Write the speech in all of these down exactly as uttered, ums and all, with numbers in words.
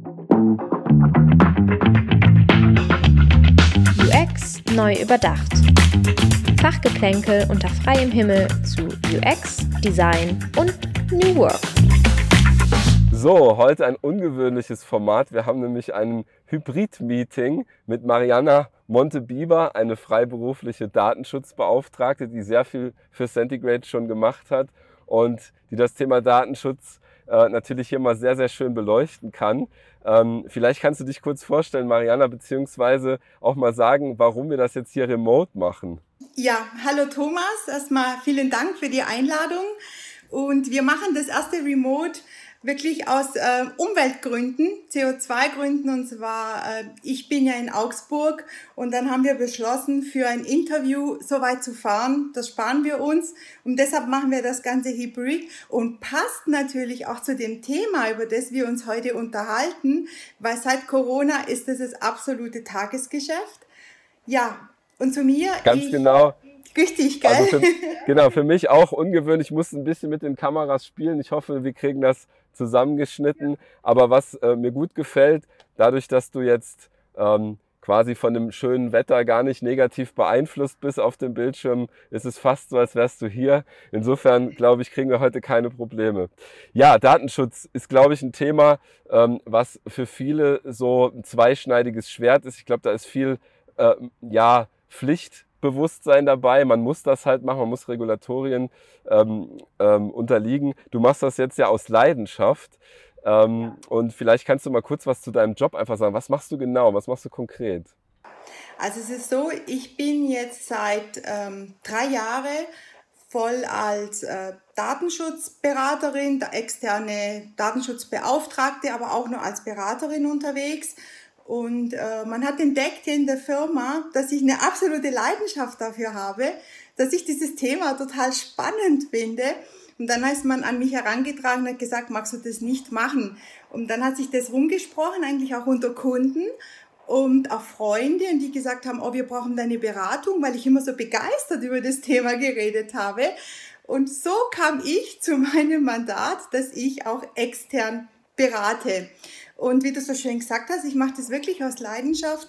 U X neu überdacht. Fachgeplänkel unter freiem Himmel zu U X, Design und New Work. So, heute ein ungewöhnliches Format. Wir haben nämlich ein Hybrid-Meeting mit Mariana Monte-Bieber, eine freiberufliche Datenschutzbeauftragte, die sehr viel für Centigrade schon gemacht hat und die das Thema Datenschutz äh, natürlich hier mal sehr, sehr schön beleuchten kann. Ähm, vielleicht kannst du dich kurz vorstellen, Mariana, beziehungsweise auch mal sagen, warum wir das jetzt hier remote machen. Ja, hallo Thomas, erstmal vielen Dank für die Einladung und wir machen das erste Remote wirklich aus äh, Umweltgründen, C O zwei Gründen, und zwar, äh, ich bin ja in Augsburg und dann haben wir beschlossen, für ein Interview so weit zu fahren, das sparen wir uns und deshalb machen wir das Ganze hybrid und passt natürlich auch zu dem Thema, über das wir uns heute unterhalten, weil seit Corona ist das das absolute Tagesgeschäft. Ja, und zu mir... Ganz ich, genau. Richtig, gell? Also für, genau, für mich auch ungewöhnlich. Ich musste ein bisschen mit den Kameras spielen. Ich hoffe, wir kriegen das zusammengeschnitten. Aber was äh, mir gut gefällt, dadurch, dass du jetzt ähm, quasi von dem schönen Wetter gar nicht negativ beeinflusst bist auf dem Bildschirm, ist es fast so, als wärst du hier. Insofern, glaube ich, kriegen wir heute keine Probleme. Ja, Datenschutz ist, glaube ich, ein Thema, ähm, was für viele so ein zweischneidiges Schwert ist. Ich glaube, da ist viel äh, ja, Pflichtbewusstsein dabei. Man muss das halt machen, man muss Regulatorien ähm, ähm, unterliegen. Du machst das jetzt ja aus Leidenschaft. Ähm, ja. Und vielleicht kannst du mal kurz was zu deinem Job einfach sagen. Was machst du genau? Was machst du konkret? Also es ist so, ich bin jetzt seit ähm, drei Jahren voll als äh, Datenschutzberaterin, externe Datenschutzbeauftragte, aber auch nur als Beraterin unterwegs. Und äh, man hat entdeckt in der Firma, dass ich eine absolute Leidenschaft dafür habe, dass ich dieses Thema total spannend finde. Und dann ist man an mich herangetragen und hat gesagt, magst du das nicht machen? Und dann hat sich das rumgesprochen, eigentlich auch unter Kunden und auch Freunde, und die gesagt haben, oh, wir brauchen deine Beratung, weil ich immer so begeistert über das Thema geredet habe. Und so kam ich zu meinem Mandat, dass ich auch extern berate. Und wie du so schön gesagt hast, ich mache das wirklich aus Leidenschaft,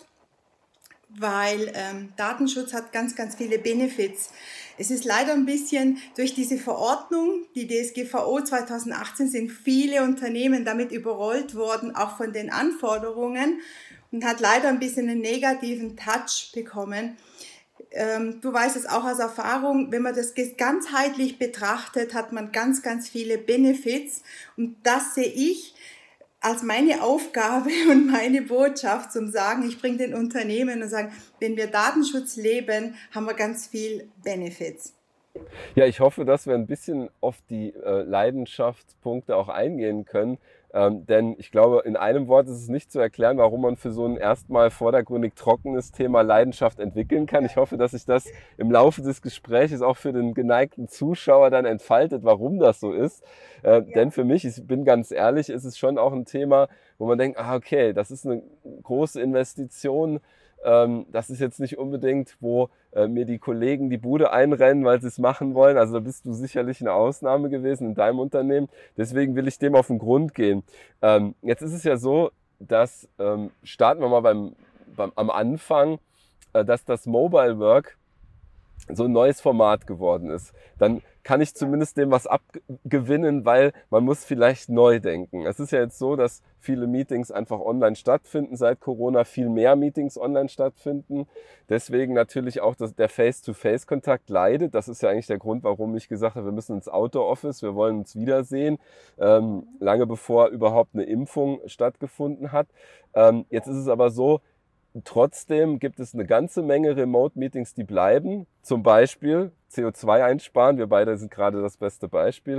weil ähm, Datenschutz hat ganz, ganz viele Benefits. Es ist leider ein bisschen durch diese Verordnung, die D S G V O zweitausendachtzehn, sind viele Unternehmen damit überrollt worden, auch von den Anforderungen, und hat leider ein bisschen einen negativen Touch bekommen. Ähm, du weißt es auch aus Erfahrung, wenn man das ganzheitlich betrachtet, hat man ganz, ganz viele Benefits, und das sehe ich als meine Aufgabe und meine Botschaft, zum sagen, ich bringe den Unternehmen und sagen, wenn wir Datenschutz leben, haben wir ganz viel Benefits. Ja, ich hoffe, dass wir ein bisschen auf die äh, Leidenschaftspunkte auch eingehen können, ähm, denn ich glaube, in einem Wort ist es nicht zu erklären, warum man für so ein erstmal vordergründig trockenes Thema Leidenschaft entwickeln kann. Ich hoffe, dass sich das im Laufe des Gesprächs auch für den geneigten Zuschauer dann entfaltet, warum das so ist. Äh, ja. Denn für mich, ich bin ganz ehrlich, ist es schon auch ein Thema, wo man denkt, ah, okay, das ist eine große Investition. Das ist jetzt nicht unbedingt, wo äh, mir die Kollegen die Bude einrennen, weil sie es machen wollen. Also da bist du sicherlich eine Ausnahme gewesen in deinem Unternehmen. Deswegen will ich dem auf den Grund gehen. Ähm, jetzt ist es ja so, dass, ähm, starten wir mal beim, beim, am Anfang, äh, dass das Mobile Work so ein neues Format geworden ist. Dann kann ich zumindest dem was abgewinnen, weil man muss vielleicht neu denken. Es ist ja jetzt so, dass viele Meetings einfach online stattfinden, seit Corona viel mehr Meetings online stattfinden. Deswegen natürlich auch das, der Face-to-Face-Kontakt leidet. Das ist ja eigentlich der Grund, warum ich gesagt habe, wir müssen ins Outdoor-Office, wir wollen uns wiedersehen, ähm, lange bevor überhaupt eine Impfung stattgefunden hat. Ähm, jetzt ist es aber so, trotzdem gibt es eine ganze Menge Remote-Meetings, die bleiben. Zum Beispiel C O zwei einsparen. Wir beide sind gerade das beste Beispiel.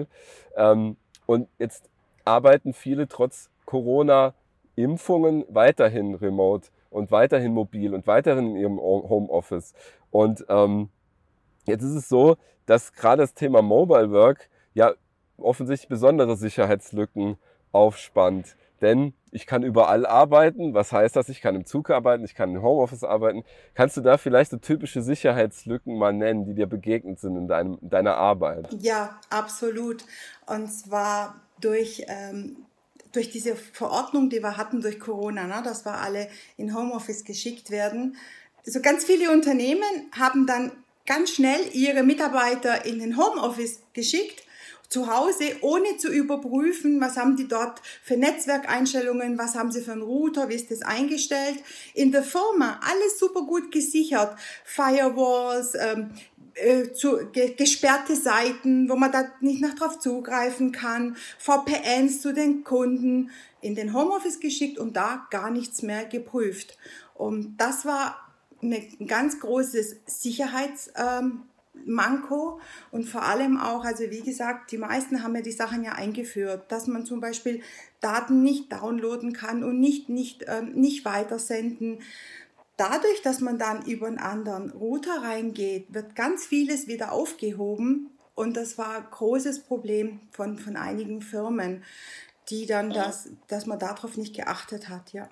Und jetzt arbeiten viele trotz Corona-Impfungen weiterhin remote und weiterhin mobil und weiterhin in ihrem Homeoffice. Und jetzt ist es so, dass gerade das Thema Mobile Work ja offensichtlich besondere Sicherheitslücken aufspannt. Denn ich kann überall arbeiten. Was heißt das? Ich kann im Zug arbeiten, ich kann im Homeoffice arbeiten. Kannst du da vielleicht so typische Sicherheitslücken mal nennen, die dir begegnet sind in, deinem, in deiner Arbeit? Ja, absolut. Und zwar durch, ähm, durch diese Verordnung, die wir hatten durch Corona, ne, dass wir alle in Homeoffice geschickt werden. So ganz viele Unternehmen haben dann ganz schnell ihre Mitarbeiter in den Homeoffice geschickt, zu Hause, ohne zu überprüfen, was haben die dort für Netzwerkeinstellungen, was haben sie für einen Router, wie ist das eingestellt. In der Firma alles super gut gesichert, Firewalls, ähm, äh, zu, ge, gesperrte Seiten, wo man da nicht noch drauf zugreifen kann, V P Ns zu den Kunden, in den Homeoffice geschickt und da gar nichts mehr geprüft. Und das war eine, ein ganz großes Sicherheits ähm, Manko und vor allem auch, also wie gesagt, die meisten haben ja die Sachen ja eingeführt, dass man zum Beispiel Daten nicht downloaden kann und nicht, nicht, ähm, nicht weitersenden. Dadurch, dass man dann über einen anderen Router reingeht, wird ganz vieles wieder aufgehoben und das war ein großes Problem von, von einigen Firmen, die dann das, dass man darauf nicht geachtet hat, ja.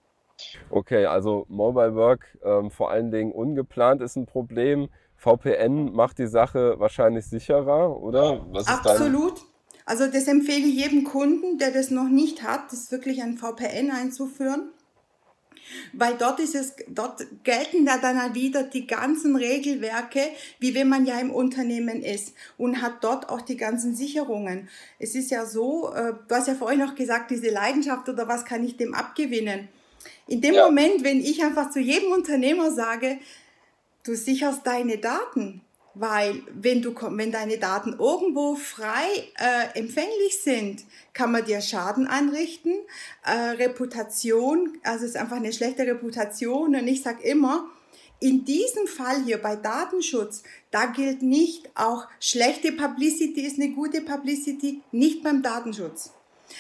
Okay, also Mobile Work ähm, vor allen Dingen ungeplant ist ein Problem. V P N macht die Sache wahrscheinlich sicherer, oder? Was ist Absolut. Dein... Also das empfehle ich jedem Kunden, der das noch nicht hat, das wirklich ein V P N einzuführen. Weil dort ist es, dort gelten da dann wieder die ganzen Regelwerke, wie wenn man ja im Unternehmen ist und hat dort auch die ganzen Sicherungen. Es ist ja so, du hast ja vorhin noch gesagt, diese Leidenschaft oder was kann ich dem abgewinnen? In dem ja. Moment, wenn ich einfach zu jedem Unternehmer sage, du sicherst deine Daten, weil wenn, du, wenn deine Daten irgendwo frei äh, empfänglich sind, kann man dir Schaden anrichten, äh, Reputation, also es ist einfach eine schlechte Reputation und ich sage immer, in diesem Fall hier bei Datenschutz, da gilt nicht auch schlechte Publicity ist eine gute Publicity, nicht beim Datenschutz.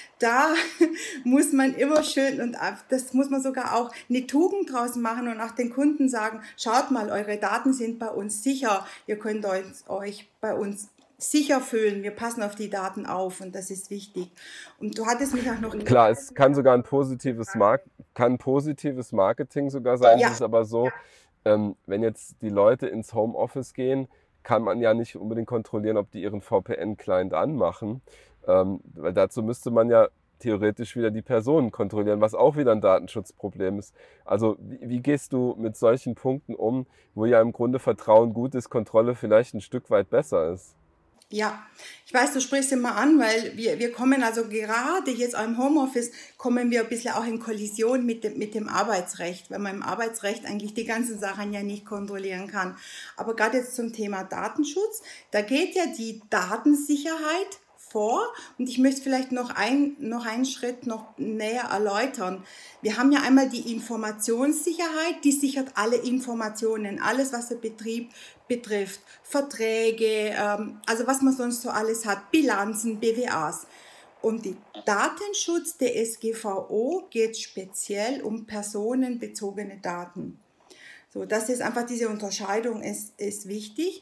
Da muss man immer schön und das muss man sogar auch eine Tugend draus machen und auch den Kunden sagen, schaut mal, eure Daten sind bei uns sicher, ihr könnt euch, euch bei uns sicher fühlen, wir passen auf die Daten auf und das ist wichtig. Und du hattest mich auch noch... Klar, es kann sogar ein positives, Mar- kann positives Marketing sogar sein, ja. Es ist aber so, ähm, wenn jetzt die Leute ins Homeoffice gehen, kann man ja nicht unbedingt kontrollieren, ob die ihren V P N-Client anmachen. Ähm, weil dazu müsste man ja theoretisch wieder die Personen kontrollieren, was auch wieder ein Datenschutzproblem ist. Also wie, wie gehst du mit solchen Punkten um, wo ja im Grunde Vertrauen gut ist, Kontrolle vielleicht ein Stück weit besser ist? Ja, ich weiß, du sprichst immer an, weil wir, wir kommen also gerade jetzt auch im Homeoffice, kommen wir ein bisschen auch in Kollision mit dem, mit dem Arbeitsrecht, weil man im Arbeitsrecht eigentlich die ganzen Sachen ja nicht kontrollieren kann. Aber gerade jetzt zum Thema Datenschutz, da geht ja die Datensicherheit vor und ich möchte vielleicht noch, ein, noch einen Schritt noch näher erläutern. Wir haben ja einmal die Informationssicherheit, die sichert alle Informationen, alles was der Betrieb betrifft, Verträge, ähm, also was man sonst so alles hat, Bilanzen, B W As. Und der Datenschutz der S G V O geht speziell um personenbezogene Daten. So, das ist einfach diese Unterscheidung ist, ist wichtig.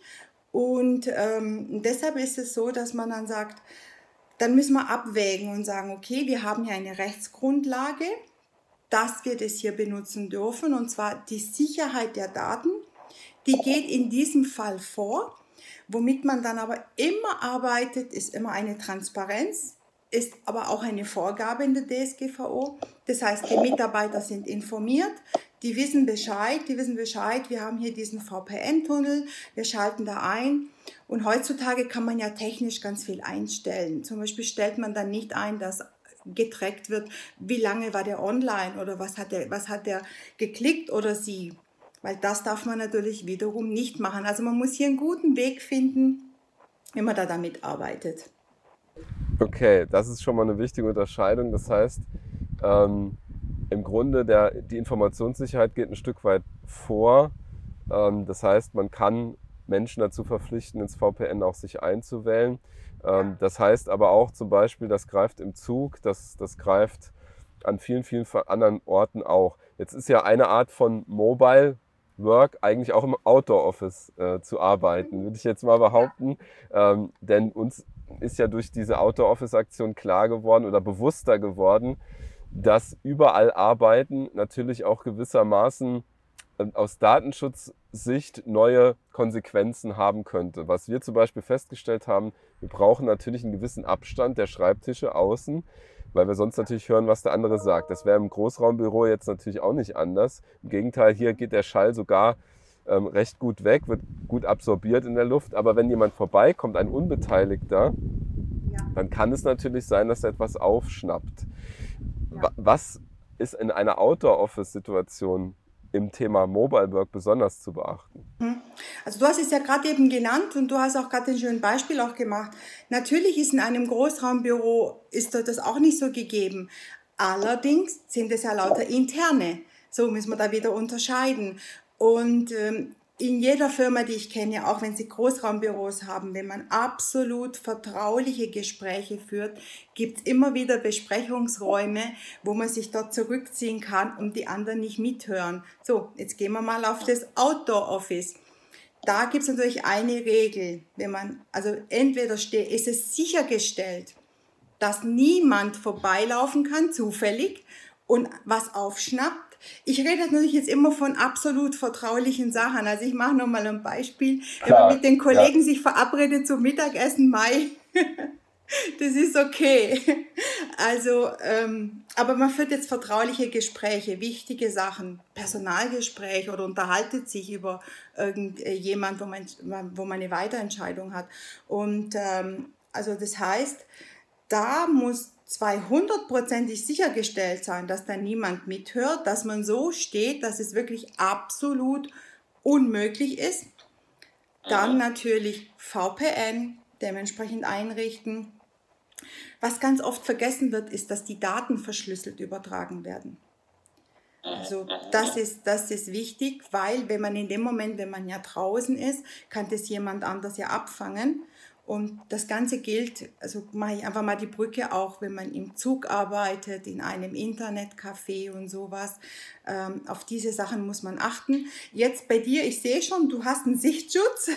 Und ähm, deshalb ist es so, dass man dann sagt, dann müssen wir abwägen und sagen, okay, wir haben hier eine Rechtsgrundlage, dass wir das hier benutzen dürfen, und zwar die Sicherheit der Daten, die geht in diesem Fall vor. Womit man dann aber immer arbeitet, ist immer eine Transparenz, ist aber auch eine Vorgabe in der D S G V O. Das heißt, die Mitarbeiter sind informiert, die wissen Bescheid, die wissen Bescheid, wir haben hier diesen V P N-Tunnel, wir schalten da ein. Und heutzutage kann man ja technisch ganz viel einstellen. Zum Beispiel stellt man dann nicht ein, dass getrackt wird, wie lange war der online oder was hat der, was hat der geklickt oder sie. Weil das darf man natürlich wiederum nicht machen. Also man muss hier einen guten Weg finden, wenn man da damit arbeitet. Okay, das ist schon mal eine wichtige Unterscheidung. Das heißt, ähm, im Grunde der, die Informationssicherheit geht ein Stück weit vor. Ähm, das heißt, man kann Menschen dazu verpflichten, ins V P N auch sich einzuwählen. Ähm, das heißt aber auch zum Beispiel, das greift im Zug, das, das greift an vielen, vielen anderen Orten auch. Jetzt ist ja eine Art von Mobile Work eigentlich auch im Outdoor Office äh, zu arbeiten, würde ich jetzt mal behaupten. Ähm, denn uns ist ja durch diese Outdoor Office Aktion klar geworden oder bewusster geworden, dass überall Arbeiten natürlich auch gewissermaßen äh, aus Datenschutzsicht neue Konsequenzen haben könnte. Was wir zum Beispiel festgestellt haben, wir brauchen natürlich einen gewissen Abstand der Schreibtische außen, weil wir sonst natürlich hören, was der andere sagt. Das wäre im Großraumbüro jetzt natürlich auch nicht anders. Im Gegenteil, hier geht der Schall sogar ähm, recht gut weg, wird gut absorbiert in der Luft. Aber wenn jemand vorbeikommt, ein Unbeteiligter, Ja. dann kann es natürlich sein, dass er etwas aufschnappt. Ja. Wa- Was ist in einer Outdoor-Office-Situation im Thema Mobile Work besonders zu beachten? Also du hast es ja gerade eben genannt und du hast auch gerade ein schönes Beispiel auch gemacht. Natürlich ist in einem Großraumbüro ist dort das auch nicht so gegeben. Allerdings sind es ja lauter interne. So müssen wir da wieder unterscheiden. Und ähm, in jeder Firma, die ich kenne, auch wenn sie Großraumbüros haben, wenn man absolut vertrauliche Gespräche führt, gibt es immer wieder Besprechungsräume, wo man sich dort zurückziehen kann und die anderen nicht mithören. So, jetzt gehen wir mal auf das Outdoor-Office. Da gibt es natürlich eine Regel, wenn man, also entweder steht, ist es sichergestellt, dass niemand vorbeilaufen kann, zufällig, und was aufschnappt. Ich rede natürlich jetzt immer von absolut vertraulichen Sachen. Also ich mache nochmal ein Beispiel. Wenn Klar, man mit den Kollegen ja. sich verabredet zum Mittagessen, Mai, das ist okay. Also, ähm, aber man führt jetzt vertrauliche Gespräche, wichtige Sachen, Personalgespräch oder unterhaltet sich über irgendjemand, wo man, wo man eine Weiterentscheidung hat. Und ähm, also das heißt, da muss zweihundertprozentig sichergestellt sein, dass da niemand mithört, dass man so steht, dass es wirklich absolut unmöglich ist. Dann natürlich V P N dementsprechend einrichten. Was ganz oft vergessen wird, ist, dass die Daten verschlüsselt übertragen werden. Also das ist, das ist wichtig, weil wenn man in dem Moment, wenn man ja draußen ist, kann das jemand anders ja abfangen. Und das Ganze gilt, also mache ich einfach mal die Brücke auch, wenn man im Zug arbeitet, in einem Internetcafé und sowas. Ähm, auf diese Sachen muss man achten. Jetzt bei dir, ich sehe schon, du hast einen Sichtschutz.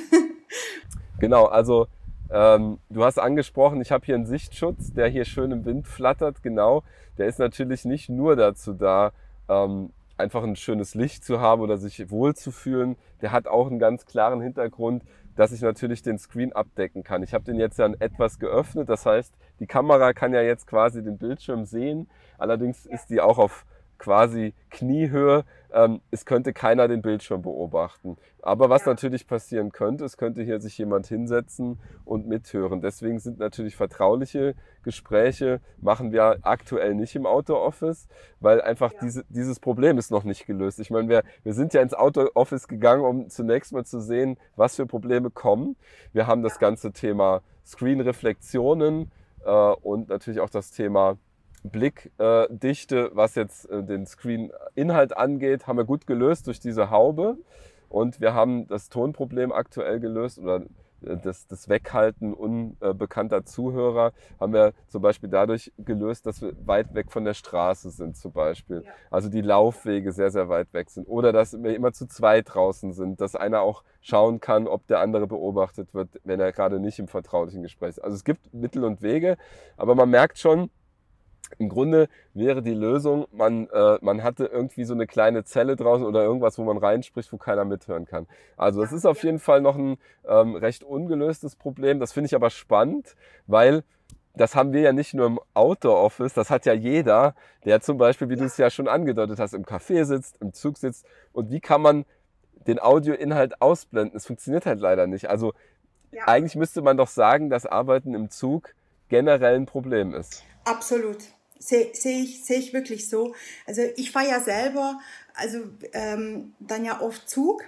Genau, also ähm, du hast angesprochen, ich habe hier einen Sichtschutz, der hier schön im Wind flattert, genau. Der ist natürlich nicht nur dazu da, ähm, einfach ein schönes Licht zu haben oder sich wohlzufühlen. Der hat auch einen ganz klaren Hintergrund, dass ich natürlich den Screen abdecken kann. Ich habe den jetzt ja etwas geöffnet, das heißt, die Kamera kann ja jetzt quasi den Bildschirm sehen, allerdings ist die auch auf quasi Kniehöhe. Ähm, es könnte keiner den Bildschirm beobachten. Aber was natürlich passieren könnte, es könnte hier sich jemand hinsetzen und mithören. Deswegen sind natürlich vertrauliche Gespräche, machen wir aktuell nicht im Outdoor-Office, weil einfach Ja. diese, dieses Problem ist noch nicht gelöst. Ich meine, wir, wir sind ja ins Outdoor-Office gegangen, um zunächst mal zu sehen, was für Probleme kommen. Wir haben das ganze Thema Screen-Reflexionen äh, und natürlich auch das Thema Blickdichte, was jetzt äh, den Screen-Inhalt angeht, haben wir gut gelöst durch diese Haube. Und wir haben das Tonproblem aktuell gelöst oder äh, das, das Weghalten unbekannter Zuhörer haben wir zum Beispiel dadurch gelöst, dass wir weit weg von der Straße sind zum Beispiel. Ja. Also die Laufwege sehr, sehr weit weg sind. Oder dass wir immer zu zweit draußen sind, dass einer auch schauen kann, ob der andere beobachtet wird, wenn er gerade nicht im vertraulichen Gespräch ist. Also es gibt Mittel und Wege, aber man merkt schon, im Grunde wäre die Lösung, man, äh, man hatte irgendwie so eine kleine Zelle draußen oder irgendwas, wo man reinspricht, wo keiner mithören kann. Also es ist auf jeden Fall noch ein ähm, recht ungelöstes Problem. Das finde ich aber spannend, weil das haben wir ja nicht nur im Outdoor-Office, das hat ja jeder, der zum Beispiel, wie du es ja schon angedeutet hast, im Café sitzt, im Zug sitzt. Und wie kann man den Audioinhalt ausblenden? Es funktioniert halt leider nicht. Also Ja. eigentlich müsste man doch sagen, dass Arbeiten im Zug generell ein Problem ist. Absolut. Sehe seh ich, seh ich wirklich so. Also ich fahre ja selber, also ähm, dann ja oft Zug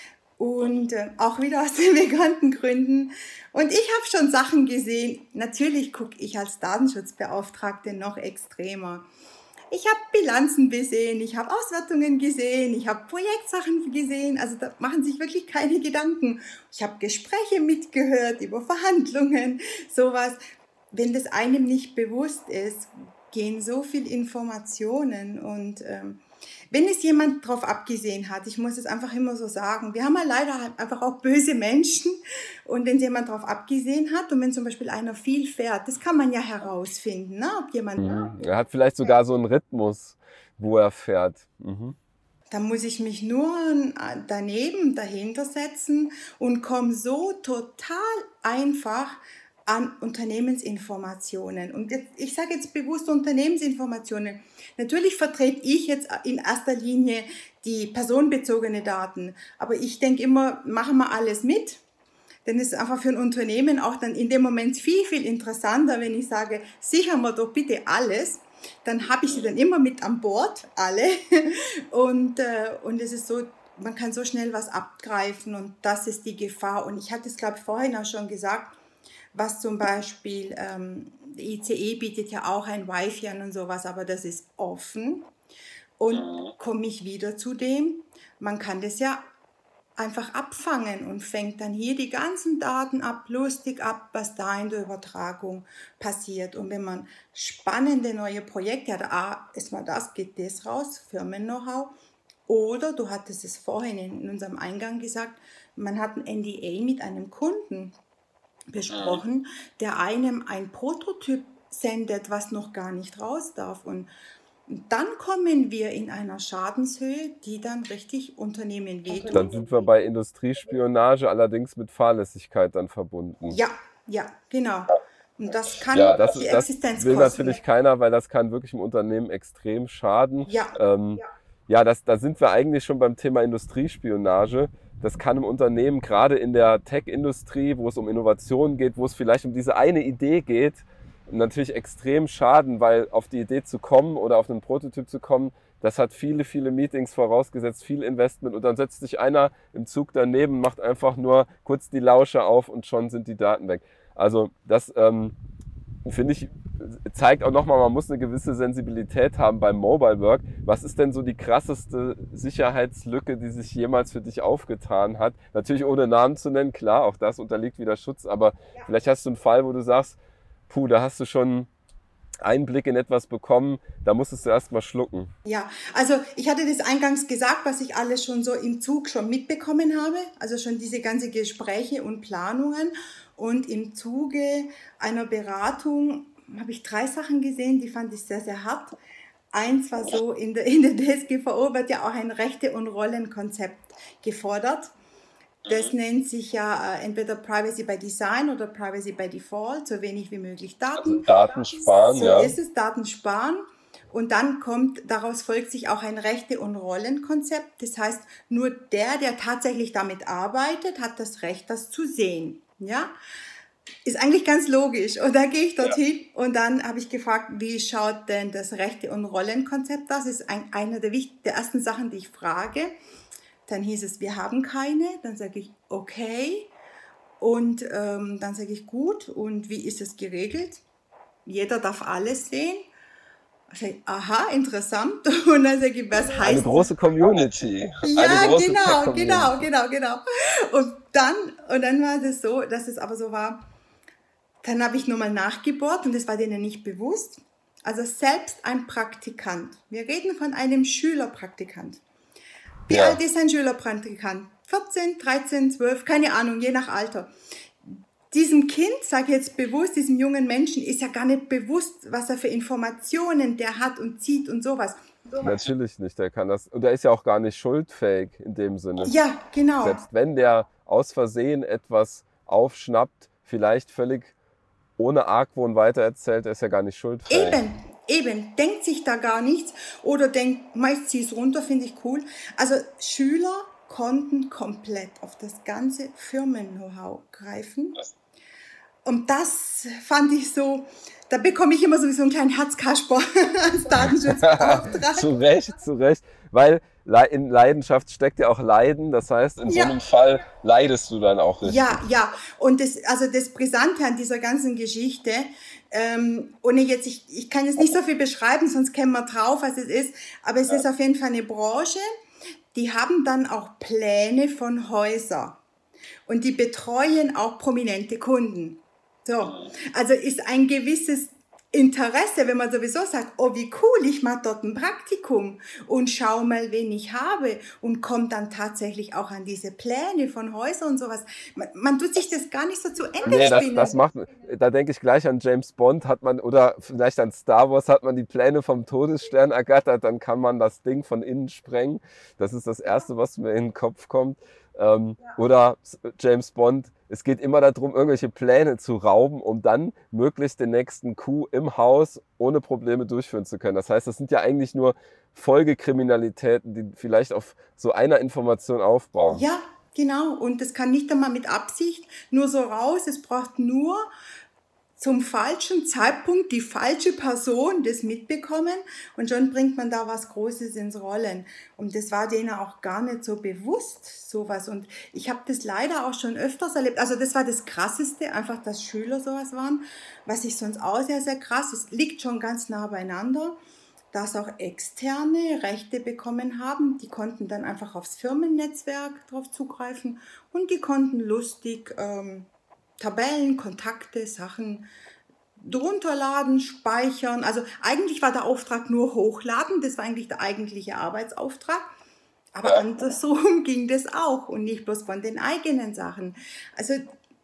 und äh, auch wieder aus den bekannten Gründen. Und ich habe schon Sachen gesehen. Natürlich gucke ich als Datenschutzbeauftragte noch extremer. Ich habe Bilanzen gesehen, ich habe Auswertungen gesehen, ich habe Projektsachen gesehen. Also da machen sich wirklich keine Gedanken. Ich habe Gespräche mitgehört über Verhandlungen, sowas. Wenn das einem nicht bewusst ist, gehen so viel Informationen und ähm, wenn es jemand darauf abgesehen hat, ich muss es einfach immer so sagen, wir haben ja leider halt einfach auch böse Menschen und wenn jemand darauf abgesehen hat und wenn zum Beispiel einer viel fährt, das kann man ja herausfinden, ne? Ob jemand... Mhm. Er hat vielleicht sogar so einen Rhythmus, wo er fährt. Mhm. Da muss ich mich nur daneben, dahinter setzen und komme so total einfach an Unternehmensinformationen. Und jetzt, ich sage jetzt bewusst Unternehmensinformationen. Natürlich vertrete ich jetzt in erster Linie die personenbezogene Daten, aber ich denke immer, machen wir alles mit. Denn es ist einfach für ein Unternehmen auch dann in dem Moment viel, viel interessanter, wenn ich sage, sichern wir doch bitte alles. Dann habe ich sie dann immer mit an Bord, alle. Und, äh, und es ist so, man kann so schnell was abgreifen und das ist die Gefahr. Und ich hatte es, glaube ich, vorhin auch schon gesagt, was zum Beispiel, ähm, der I C E bietet ja auch ein Wi-Fi an und sowas, aber das ist offen. Und komme ich wieder zu dem, man kann das ja einfach abfangen und fängt dann hier die ganzen Daten ab, lustig ab, was da in der Übertragung passiert. Und wenn man spannende neue Projekte hat, ah, ist mal das, geht das raus, Firmen-Know-how. Oder, du hattest es vorhin in unserem Eingang gesagt, man hat ein N D A mit einem Kunden besprochen, der einem ein Prototyp sendet, was noch gar nicht raus darf. Und dann kommen wir in einer Schadenshöhe, die dann richtig Unternehmen wehtut. Dann sind wir bei Industriespionage, allerdings mit Fahrlässigkeit dann verbunden. Ja, ja, genau. Und das kann ja, das, die das Existenz will kosten. natürlich keiner, weil das kann wirklich im Unternehmen extrem schaden. Ja, ähm, ja. ja das, da sind wir eigentlich schon beim Thema Industriespionage. Das kann im Unternehmen, gerade in der Tech-Industrie, wo es um Innovation geht, wo es vielleicht um diese eine Idee geht, natürlich extrem schaden, weil auf die Idee zu kommen oder auf einen Prototyp zu kommen, das hat viele, viele Meetings vorausgesetzt, viel Investment und dann setzt sich einer im Zug daneben, macht einfach nur kurz die Lausche auf und schon sind die Daten weg. Also das ähm, finde ich, zeigt auch nochmal, man muss eine gewisse Sensibilität haben beim Mobile Work. Was ist denn so die krasseste Sicherheitslücke, die sich jemals für dich aufgetan hat? Natürlich ohne Namen zu nennen, klar, auch das unterliegt wieder Schutz, aber ja. Vielleicht hast du einen Fall, wo du sagst, puh, da hast du schon Einblick in etwas bekommen, da musstest du erst mal schlucken. Ja, also ich hatte das eingangs gesagt, was ich alles schon so im Zug schon mitbekommen habe, also schon diese ganzen Gespräche und Planungen. Und im Zuge einer Beratung habe ich drei Sachen gesehen, die fand ich sehr, sehr hart. Eins war so, in der, in der D S G V O wird ja auch ein Rechte- und Rollenkonzept gefordert. Das nennt sich ja äh, entweder Privacy by Design oder Privacy by Default, so wenig wie möglich Daten. Also Daten sparen, so ja. So ist es, Daten sparen. Und dann kommt, daraus folgt sich auch ein Rechte- und Rollenkonzept. Das heißt, nur der, der tatsächlich damit arbeitet, hat das Recht, das zu sehen. Ja? Ist eigentlich ganz logisch. Und da gehe ich dorthin ja. Und dann habe ich gefragt, wie schaut denn das Rechte- und Rollenkonzept aus? Das ist ein, eine der, der ersten Sachen, die ich frage. Dann hieß es, wir haben keine. Dann sage ich, okay. Und ähm, dann sage ich, gut. Und wie ist es geregelt? Jeder darf alles sehen. Sag ich, aha, interessant. Und dann sage ich, was heißt Eine große Community. Ja, Eine große genau, genau, genau, genau. Und dann, und dann war es so, dass es aber so war, dann habe ich nochmal nachgebohrt und das war denen nicht bewusst. Also selbst ein Praktikant, wir reden von einem Schülerpraktikant. Wie ja. alt ist ein Schülerpraktikant? vierzehn, dreizehn, zwölf, keine Ahnung, je nach Alter. Diesem Kind, sage ich jetzt bewusst, diesem jungen Menschen, ist ja gar nicht bewusst, was er für Informationen der hat und zieht und sowas. Natürlich nicht, der kann das. Und der ist ja auch gar nicht schuldfähig in dem Sinne. Ja, genau. Selbst wenn der aus Versehen etwas aufschnappt, vielleicht völlig ohne Argwohn weitererzählt, er ist ja gar nicht schuldfähig. Eben, eben. Denkt sich da gar nichts oder denkt, meist zieh es runter, finde ich cool. Also Schüler konnten komplett auf das ganze Firmen-Know-how greifen. Und das fand ich so, da bekomme ich immer so wie so einen kleinen Herzkasper als Datenschutzbeauftragter. Zu Recht, zu Recht. Weil in Leidenschaft steckt ja auch Leiden. Das heißt, in ja. so einem Fall leidest du dann auch richtig. Ja, ja. Und das, also das Brisante an dieser ganzen Geschichte, ähm, ohne jetzt, ich, ich kann jetzt nicht so viel beschreiben, sonst kämen wir drauf, was es ist, aber es ja. ist auf jeden Fall eine Branche, die haben dann auch Pläne von Häusern. Und die betreuen auch prominente Kunden. So, also ist ein gewisses Interesse, wenn man sowieso sagt, oh wie cool, ich mache dort ein Praktikum und schau mal, wen ich habe und kommt dann tatsächlich auch an diese Pläne von Häusern und sowas. Man, man tut sich das gar nicht so zu Ende nee, spinnen. Das, das macht, da denke ich gleich an James Bond, hat man, oder vielleicht an Star Wars, hat man die Pläne vom Todesstern ergattert, dann kann man das Ding von innen sprengen. Das ist das Erste, was mir in den Kopf kommt. Ähm, ja. Oder James Bond es geht immer darum, irgendwelche Pläne zu rauben, um dann möglichst den nächsten Coup im Haus ohne Probleme durchführen zu können. Das heißt, das sind ja eigentlich nur Folgekriminalitäten, die vielleicht auf so einer Information aufbauen. Ja, genau. Und das kann nicht einmal mit Absicht nur so raus. Es braucht nur zum falschen Zeitpunkt die falsche Person das mitbekommen und schon bringt man da was Großes ins Rollen. Und das war denen auch gar nicht so bewusst, sowas. Und ich habe das leider auch schon öfters erlebt. Also das war das Krasseste, einfach, dass Schüler sowas waren, was ich sonst auch sehr, sehr krass. Es liegt schon ganz nah beieinander, dass auch Externe Rechte bekommen haben. Die konnten dann einfach aufs Firmennetzwerk drauf zugreifen und die konnten lustig ähm, Tabellen, Kontakte, Sachen drunter laden, speichern. Also eigentlich war der Auftrag nur hochladen, das war eigentlich der eigentliche Arbeitsauftrag. Aber andersrum ging das auch und nicht bloß von den eigenen Sachen. Also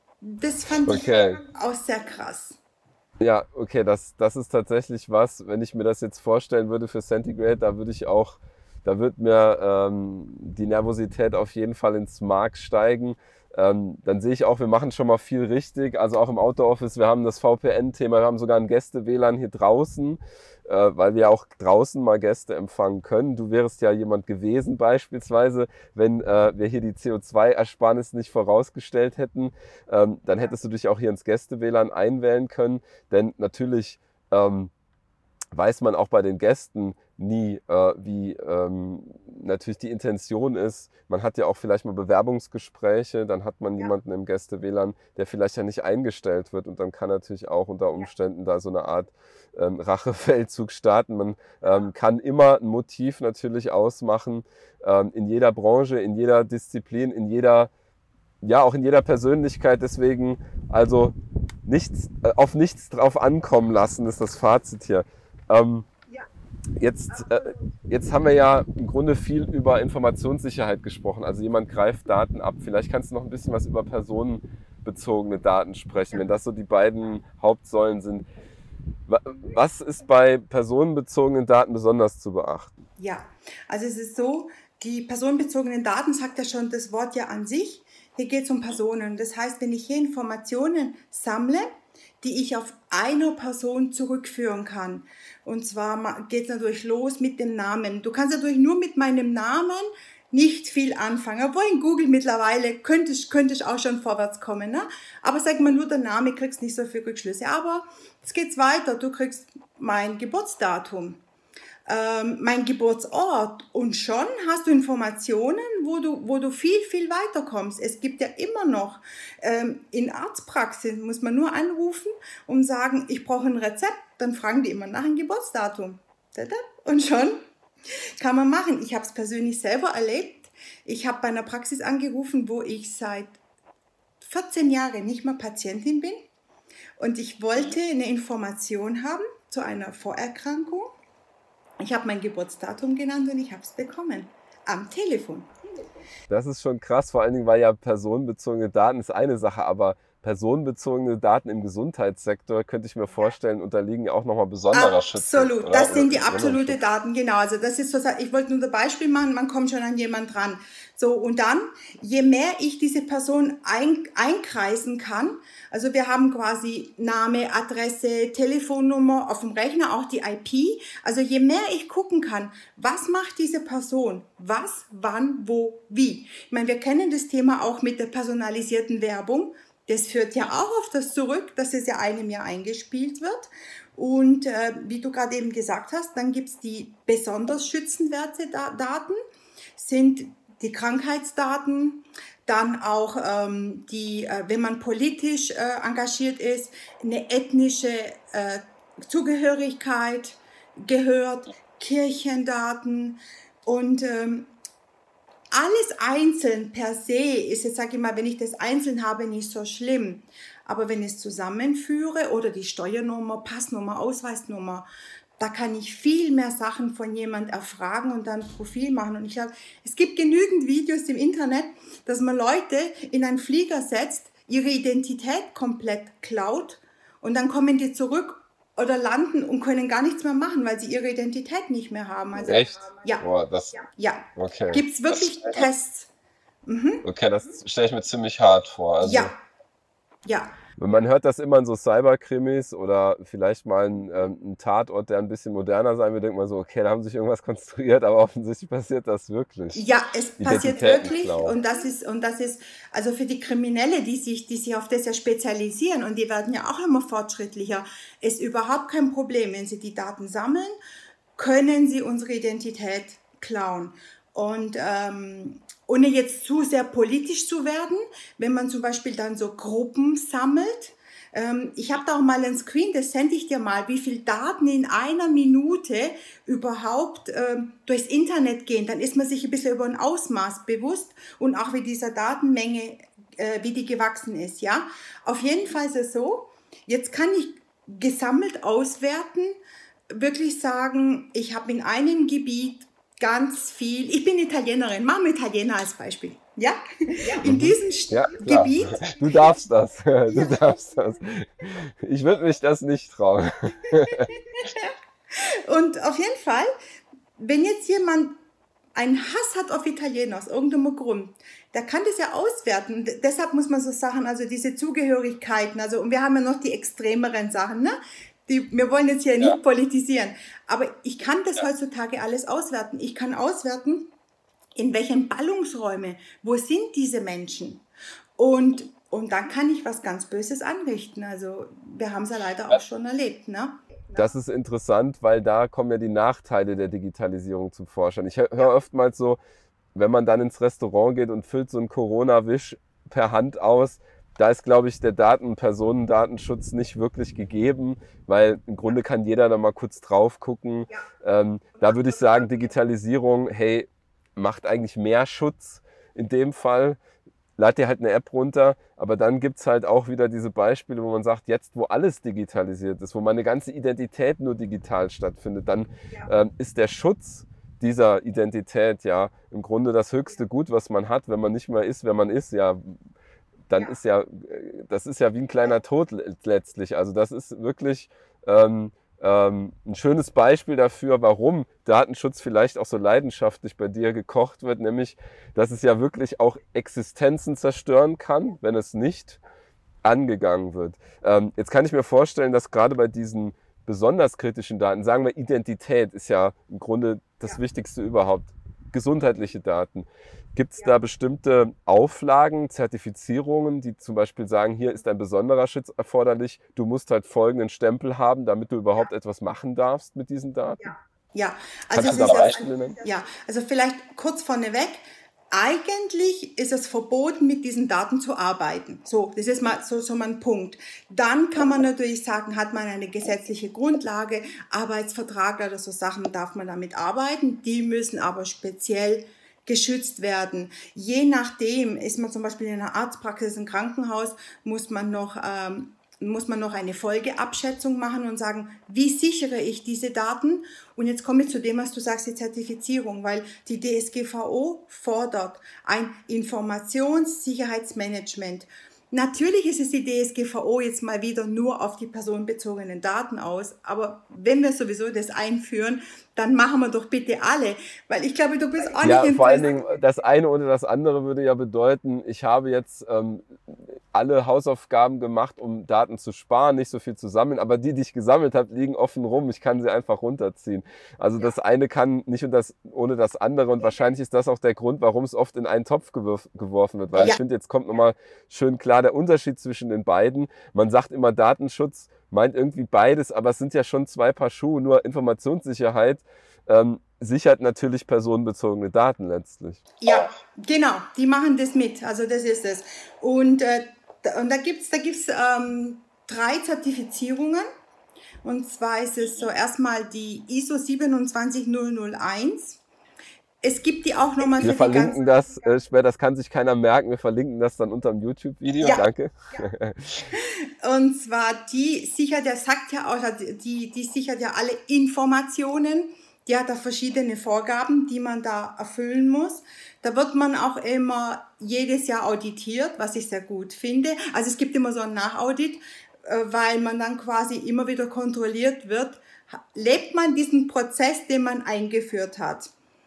das fand Okay. ich auch sehr krass. Ja, okay, das, das ist tatsächlich was, wenn ich mir das jetzt vorstellen würde für Centigrade, da würde ich auch, da wird mir ähm, die Nervosität auf jeden Fall ins Mark steigen. Ähm, dann sehe ich auch, wir machen schon mal viel richtig, also auch im Outdoor-Office, wir haben das V P N-Thema, wir haben sogar ein Gäste-W L A N hier draußen, äh, weil wir auch draußen mal Gäste empfangen können. Du wärst ja jemand gewesen beispielsweise, wenn äh, wir hier die C O zwei Ersparnis nicht vorausgestellt hätten, ähm, dann hättest du dich auch hier ins Gäste-W L A N einwählen können, denn natürlich ähm, weiß man auch bei den Gästen nie, äh, wie ähm, natürlich die Intention ist. Man hat ja auch vielleicht mal Bewerbungsgespräche, dann hat man Ja. jemanden im Gäste-W L A N, der vielleicht ja nicht eingestellt wird und dann kann natürlich auch unter Umständen da so eine Art ähm, Rachefeldzug starten. Man ähm, kann immer ein Motiv natürlich ausmachen, ähm, in jeder Branche, in jeder Disziplin, in jeder, ja auch in jeder Persönlichkeit. Deswegen also nichts, äh, auf nichts drauf ankommen lassen, ist das Fazit hier. Ähm, Ja. Jetzt, äh, jetzt haben wir ja im Grunde viel über Informationssicherheit gesprochen. Also jemand greift Daten ab. Vielleicht kannst du noch ein bisschen was über personenbezogene Daten sprechen, wenn das so die beiden Hauptsäulen sind. Wa- Was ist bei personenbezogenen Daten besonders zu beachten? Ja, also es ist so, die personenbezogenen Daten sagt ja schon das Wort ja an sich. Hier geht es um Personen. Das heißt, wenn ich hier Informationen sammle, die ich auf einer Person zurückführen kann. Und zwar geht es natürlich los mit dem Namen. Du kannst natürlich nur mit meinem Namen nicht viel anfangen. Obwohl in Google mittlerweile könnte ich, könnte ich auch schon vorwärts kommen. Ne? Aber sag mal nur der Name, kriegst nicht so viel Rückschlüsse. Aber jetzt geht's weiter. Du kriegst mein Geburtsdatum, ähm, mein Geburtsort und schon hast du Informationen, wo du, wo du viel, viel weiterkommst. Es gibt ja immer noch ähm, in Arztpraxis, muss man nur anrufen und sagen, ich brauche ein Rezept, dann fragen die immer nach dem Geburtsdatum. Und schon kann man machen. Ich habe es persönlich selber erlebt. Ich habe bei einer Praxis angerufen, wo ich seit vierzehn Jahren nicht mehr Patientin bin und ich wollte eine Information haben zu einer Vorerkrankung. Ich habe mein Geburtsdatum genannt und ich habe es bekommen. Am Telefon. Das ist schon krass, vor allen Dingen, weil ja personenbezogene Daten ist eine Sache, aber personenbezogene Daten im Gesundheitssektor, könnte ich mir vorstellen, unterliegen ja auch nochmal besonderer Schutz. Absolut, oder? das sind Oder die absolute Schutz. Daten, genau. Also das ist so, ich wollte nur ein Beispiel machen, man kommt schon an jemand dran. So, und dann, je mehr ich diese Person ein, einkreisen kann, also wir haben quasi Name, Adresse, Telefonnummer auf dem Rechner, auch die I P. Also je mehr ich gucken kann, was macht diese Person, was, wann, wo, wie. Ich meine, wir kennen das Thema auch mit der personalisierten Werbung. Das führt ja auch auf das zurück, dass es ja einem ja eingespielt wird. Und äh, wie du gerade eben gesagt hast, dann gibt es die besonders schützenswerte Daten, sind die Krankheitsdaten, dann auch ähm, die, äh, wenn man politisch äh, engagiert ist, eine ethnische äh, Zugehörigkeit gehört, Kirchendaten und ähm, alles einzeln per se ist, jetzt sage ich mal, wenn ich das einzeln habe, nicht so schlimm. Aber wenn ich es zusammenführe oder die Steuernummer, Passnummer, Ausweisnummer, da kann ich viel mehr Sachen von jemand erfragen und dann ein Profil machen. Und ich glaube, es gibt genügend Videos im Internet, dass man Leute in einen Flieger setzt, ihre Identität komplett klaut und dann kommen die zurück oder landen und können gar nichts mehr machen, weil sie ihre Identität nicht mehr haben. Also, Echt? Ja. Boah, das, Ja. okay. Gibt es wirklich Das, Tests? Mhm. okay, das stelle ich mir ziemlich hart vor. Also, Ja, Ja. Man hört das immer in so Cyberkrimis oder vielleicht mal ein, ähm, ein Tatort, der ein bisschen moderner sein wird, denkt man so, okay, da haben sie sich irgendwas konstruiert, aber offensichtlich passiert das wirklich. Ja, es passiert wirklich Identitätenklau. und das ist, und das ist, also für die Kriminelle, die sich, die sich auf das ja spezialisieren und die werden ja auch immer fortschrittlicher, ist überhaupt kein Problem. Wenn sie die Daten sammeln, können sie unsere Identität klauen. Und ähm, ohne jetzt zu sehr politisch zu werden, wenn man zum Beispiel dann so Gruppen sammelt. Ähm, ich habe da auch mal ein Screen, das sende ich dir mal, wie viel Daten in einer Minute überhaupt ähm, durchs Internet gehen. Dann ist man sich ein bisschen über ein Ausmaß bewusst und auch wie dieser Datenmenge, äh, wie die gewachsen ist. Ja, auf jeden Fall ist es so, jetzt kann ich gesammelt auswerten, wirklich sagen, ich habe in einem Gebiet ganz viel, ich bin Italienerin, machen wir Italiener als Beispiel, ja? In diesem Ja, klar. Gebiet. Du darfst das, du darfst das. Ich würde mich das nicht trauen. Und auf jeden Fall, wenn jetzt jemand einen Hass hat auf Italiener aus irgendeinem Grund, der kann das ja auswerten. D- Deshalb muss man so Sachen, also diese Zugehörigkeiten, also und wir haben ja noch die extremeren Sachen, ne? Die, wir wollen jetzt hier Ja. nicht politisieren, aber ich kann das heutzutage alles auswerten. Ich kann auswerten, in welchen Ballungsräumen, wo sind diese Menschen? Und, und dann kann ich was ganz Böses anrichten. Also wir haben es ja leider auch schon erlebt, ne? Das ist interessant, weil da kommen ja die Nachteile der Digitalisierung zum Vorschein. Ich höre oftmals so, wenn man dann ins Restaurant geht und füllt so einen Corona-Wisch per Hand aus, da ist, glaube ich, der Daten- und Personendatenschutz nicht wirklich gegeben, weil im Grunde kann jeder da mal kurz drauf gucken. Ähm, da würde ich sagen, Digitalisierung, hey, macht eigentlich mehr Schutz in dem Fall. Lad dir halt eine App runter, aber dann gibt's halt auch wieder diese Beispiele, wo man sagt, jetzt wo alles digitalisiert ist, wo meine ganze Identität nur digital stattfindet, dann ähm, ist der Schutz dieser Identität ja im Grunde das höchste Gut, was man hat, wenn man nicht mehr ist, wer man ist, ja, dann Ja. ist ja, äh, das ist ja wie ein kleiner Tod le- letztlich. Also das ist wirklich ähm, ähm, ein schönes Beispiel dafür, warum Datenschutz vielleicht auch so leidenschaftlich bei dir gekocht wird, nämlich, dass es ja wirklich auch Existenzen zerstören kann, wenn es nicht angegangen wird. Ähm, jetzt kann ich mir vorstellen, dass gerade bei diesen besonders kritischen Daten, sagen wir Identität ist ja im Grunde das Ja. Wichtigste überhaupt, gesundheitliche Daten. Gibt es da bestimmte Auflagen, Zertifizierungen, die zum Beispiel sagen, hier ist ein besonderer Schutz erforderlich, du musst halt folgenden Stempel haben, damit du überhaupt etwas machen darfst mit diesen Daten? Ja, also Kannst es du da ist ja, Beispiele nennen? ja, also vielleicht kurz vorneweg. Eigentlich ist es verboten, mit diesen Daten zu arbeiten. So, das ist mal so, so mal ein Punkt. Dann kann man natürlich sagen, hat man eine gesetzliche Grundlage, Arbeitsvertrag oder so Sachen darf man damit arbeiten. Die müssen aber speziell geschützt werden. Je nachdem, ist man zum Beispiel in einer Arztpraxis, im Krankenhaus, muss man noch ähm, muss man noch eine Folgeabschätzung machen und sagen, wie sichere ich diese Daten? Und jetzt komme ich zu dem, was du sagst, die Zertifizierung, weil die D S G V O fordert ein Informationssicherheitsmanagement. Natürlich ist es die D S G V O jetzt mal wieder nur auf die personenbezogenen Daten aus, aber wenn wir sowieso das einführen, dann machen wir doch bitte alle, weil ich glaube, du bist auch Ja, nicht vor allen interessiert. Dingen, das eine oder das andere würde ja bedeuten, ich habe jetzt ähm, alle Hausaufgaben gemacht, um Daten zu sparen, nicht so viel zu sammeln, aber die, die ich gesammelt habe, liegen offen rum. Ich kann sie einfach runterziehen. Also das eine kann nicht und das, ohne das andere und wahrscheinlich ist das auch der Grund, warum es oft in einen Topf gewürf, geworfen wird, weil Ja. ich finde, jetzt kommt nochmal schön klar der Unterschied zwischen den beiden. Man sagt immer Datenschutz, meint irgendwie beides, aber es sind ja schon zwei Paar Schuhe, nur Informationssicherheit ähm, sichert natürlich personenbezogene Daten letztlich. Ja, genau, die machen das mit, also das ist es. Und, äh, da- und da gibt es da gibt's, ähm, drei Zertifizierungen. Und zwar ist es so erstmal die I S O siebenundzwanzig null null eins. Es gibt die auch nochmal Wir für die verlinken ganzen... das, äh, später, das kann sich keiner merken, wir verlinken das dann unter dem YouTube-Video, Ja. danke. Und zwar die sichert, der sagt ja auch, die, die sichert ja alle Informationen. Die hat da verschiedene Vorgaben, die man da erfüllen muss. Da wird man auch immer jedes Jahr auditiert, was ich sehr gut finde. Also es gibt immer so ein Nachaudit, äh, weil man dann quasi immer wieder kontrolliert wird, lebt man diesen Prozess, den man eingeführt hat.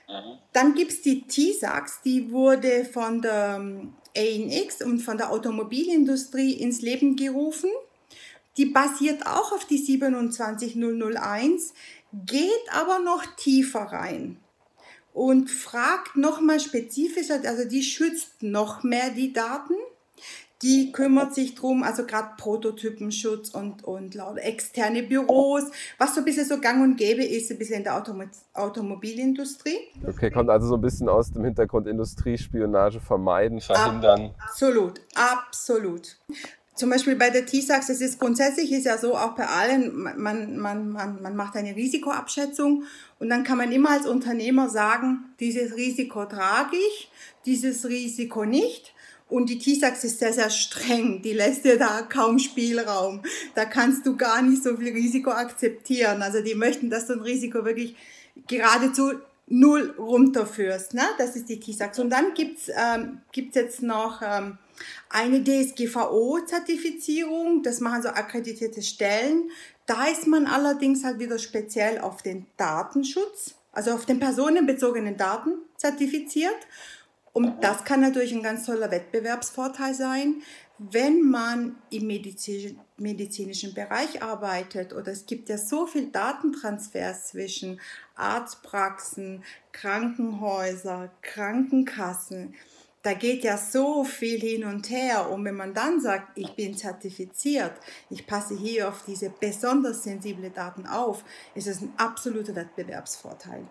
Dann gibt es die T-Sax, die wurde von der A N X und von der Automobilindustrie ins Leben gerufen. Die basiert auch auf die siebenundzwanzig null null eins, geht aber noch tiefer rein und fragt nochmal spezifischer, also die schützt noch mehr die Daten. Die kümmert sich drum, also gerade Prototypenschutz und, und externe Büros, was so ein bisschen so gang und gäbe ist, ein bisschen in der Automo- Automobilindustrie. Okay, kommt also so ein bisschen aus dem Hintergrund Industriespionage vermeiden, verhindern. Absolut, absolut. Zum Beispiel bei der T-Sax, es ist grundsätzlich ist ja so, auch bei allen, man, man, man, man macht eine Risikoabschätzung und dann kann man immer als Unternehmer sagen, dieses Risiko trage ich, dieses Risiko nicht. Und die T-Sax ist sehr, sehr streng, die lässt dir da kaum Spielraum. Da kannst du gar nicht so viel Risiko akzeptieren. Also die möchten, dass du ein Risiko wirklich geradezu null runterführst. Ne? Das ist die T-Sax. Und dann gibt's ähm, gibt's jetzt noch ähm, eine D S G V O-Zertifizierung. Das machen so akkreditierte Stellen. Da ist man allerdings halt wieder speziell auf den Datenschutz, also auf den personenbezogenen Daten zertifiziert. Und das kann natürlich ein ganz toller Wettbewerbsvorteil sein, wenn man im medizinischen Bereich arbeitet. Oder es gibt ja so viel Datentransfers zwischen Arztpraxen, Krankenhäuser, Krankenkassen. Da geht ja so viel hin und her. Und wenn man dann sagt, ich bin zertifiziert, ich passe hier auf diese besonders sensible Daten auf, ist es ein absoluter Wettbewerbsvorteil.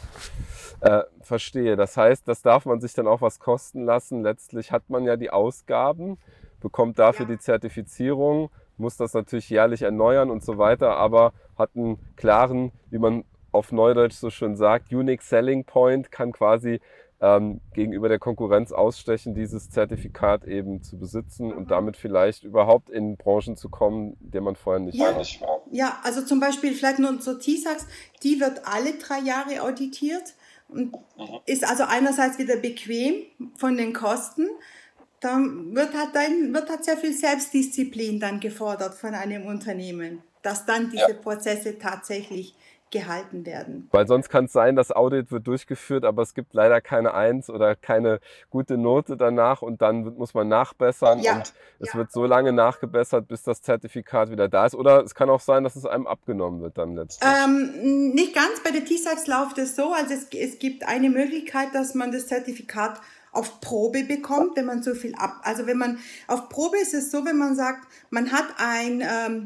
Äh, verstehe. Das heißt, das darf man sich dann auch was kosten lassen. Letztlich hat man ja die Ausgaben, bekommt dafür ja die Zertifizierung, muss das natürlich jährlich erneuern und so weiter, aber hat einen klaren, wie man auf Neudeutsch so schön sagt, Unique Selling Point, kann quasi ähm, gegenüber der Konkurrenz ausstechen, dieses Zertifikat eben zu besitzen und damit vielleicht überhaupt in Branchen zu kommen, in denen man vorher nicht ja. war. Ja, also zum Beispiel vielleicht nur zur T-Sax, die wird alle drei Jahre auditiert und ist also einerseits wieder bequem von den Kosten. Da wird halt, dann, wird halt sehr viel Selbstdisziplin dann gefordert von einem Unternehmen, dass dann diese ja. Prozesse tatsächlich gehalten werden. Weil sonst kann es sein, das Audit wird durchgeführt, aber es gibt leider keine Eins oder keine gute Note danach und dann muss man nachbessern ja. und es ja. wird so lange nachgebessert, bis das Zertifikat wieder da ist. Oder es kann auch sein, dass es einem abgenommen wird dann letztlich. Ähm, nicht ganz, bei der T-Sax läuft es so, also es, es gibt eine Möglichkeit, dass man das Zertifikat auf Probe bekommt, wenn man so viel ab, also wenn man, auf Probe ist es so, wenn man sagt, man hat ein ähm,